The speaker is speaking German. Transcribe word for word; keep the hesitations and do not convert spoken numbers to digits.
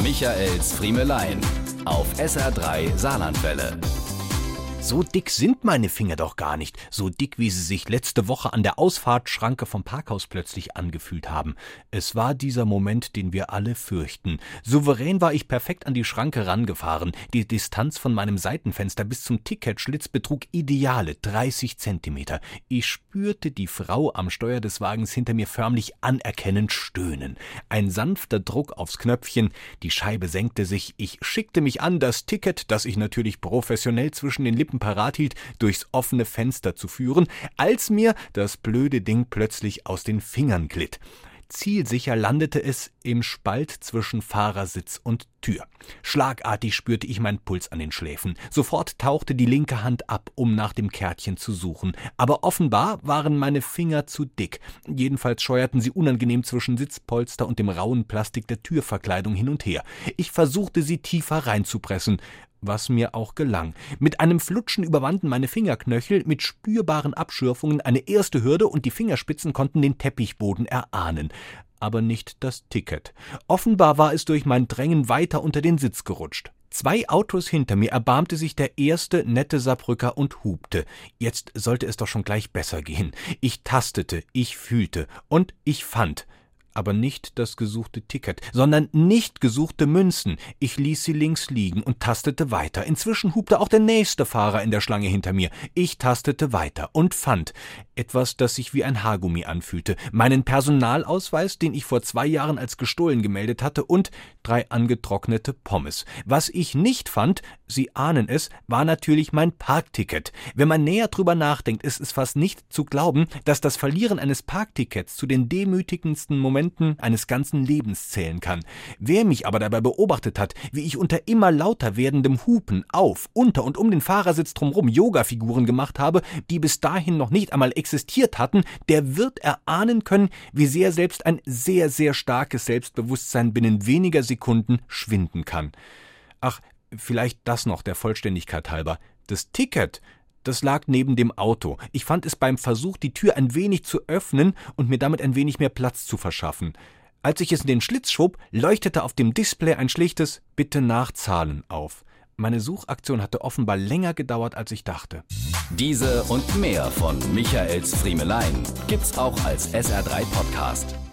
Michaels Friemelein auf S R drei Saarlandwelle. So dick sind meine Finger doch gar nicht, so dick, wie sie sich letzte Woche an der Ausfahrtschranke vom Parkhaus plötzlich angefühlt haben. Es war dieser Moment, den wir alle fürchten. Souverän war ich perfekt an die Schranke rangefahren. Die Distanz von meinem Seitenfenster bis zum Ticketschlitz betrug ideale dreißig Zentimeter. Ich spürte die Frau am Steuer des Wagens hinter mir förmlich anerkennend stöhnen. Ein sanfter Druck aufs Knöpfchen, die Scheibe senkte sich, ich schickte mich an, das Ticket, das ich natürlich professionell zwischen den Lippen parat hielt, durchs offene Fenster zu führen, als mir das blöde Ding plötzlich aus den Fingern glitt. Zielsicher landete es im Spalt zwischen Fahrersitz und Tür. Schlagartig spürte ich meinen Puls an den Schläfen. Sofort tauchte die linke Hand ab, um nach dem Kärtchen zu suchen. Aber offenbar waren meine Finger zu dick. Jedenfalls scheuerten sie unangenehm zwischen Sitzpolster und dem rauen Plastik der Türverkleidung hin und her. Ich versuchte, sie tiefer reinzupressen, was mir auch gelang. Mit einem Flutschen überwanden meine Fingerknöchel mit spürbaren Abschürfungen eine erste Hürde und die Fingerspitzen konnten den Teppichboden erahnen. Aber nicht das Ticket. Offenbar war es durch mein Drängen weiter unter den Sitz gerutscht. Zwei Autos hinter mir erbarmte sich der erste nette Saarbrücker und hupte. Jetzt sollte es doch schon gleich besser gehen. Ich tastete, ich fühlte und ich fand. Aber nicht das gesuchte Ticket, sondern nicht gesuchte Münzen. Ich ließ sie links liegen und tastete weiter. Inzwischen hupte auch der nächste Fahrer in der Schlange hinter mir. Ich tastete weiter und fand etwas, das sich wie ein Haargummi anfühlte. Meinen Personalausweis, den ich vor zwei Jahren als gestohlen gemeldet hatte, und drei angetrocknete Pommes. Was ich nicht fand, Sie ahnen es, war natürlich mein Parkticket. Wenn man näher drüber nachdenkt, ist es fast nicht zu glauben, dass das Verlieren eines Parktickets zu den demütigendsten Momenten eines ganzen Lebens zählen kann. Wer mich aber dabei beobachtet hat, wie ich unter immer lauter werdendem Hupen auf, unter und um den Fahrersitz drumherum Yoga-Figuren gemacht habe, die bis dahin noch nicht einmal existiert hatten, der wird erahnen können, wie sehr selbst ein sehr, sehr starkes Selbstbewusstsein binnen weniger Sekunden schwinden kann. Ach, vielleicht das noch der Vollständigkeit halber. Das Ticket, das lag neben dem Auto. Ich fand es beim Versuch, die Tür ein wenig zu öffnen und mir damit ein wenig mehr Platz zu verschaffen. Als ich es in den Schlitz schob, leuchtete auf dem Display ein schlichtes Bitte nachzahlen auf. Meine Suchaktion hatte offenbar länger gedauert, als ich dachte. Diese und mehr von Michaels Friemelein gibt's auch als S R drei Podcast.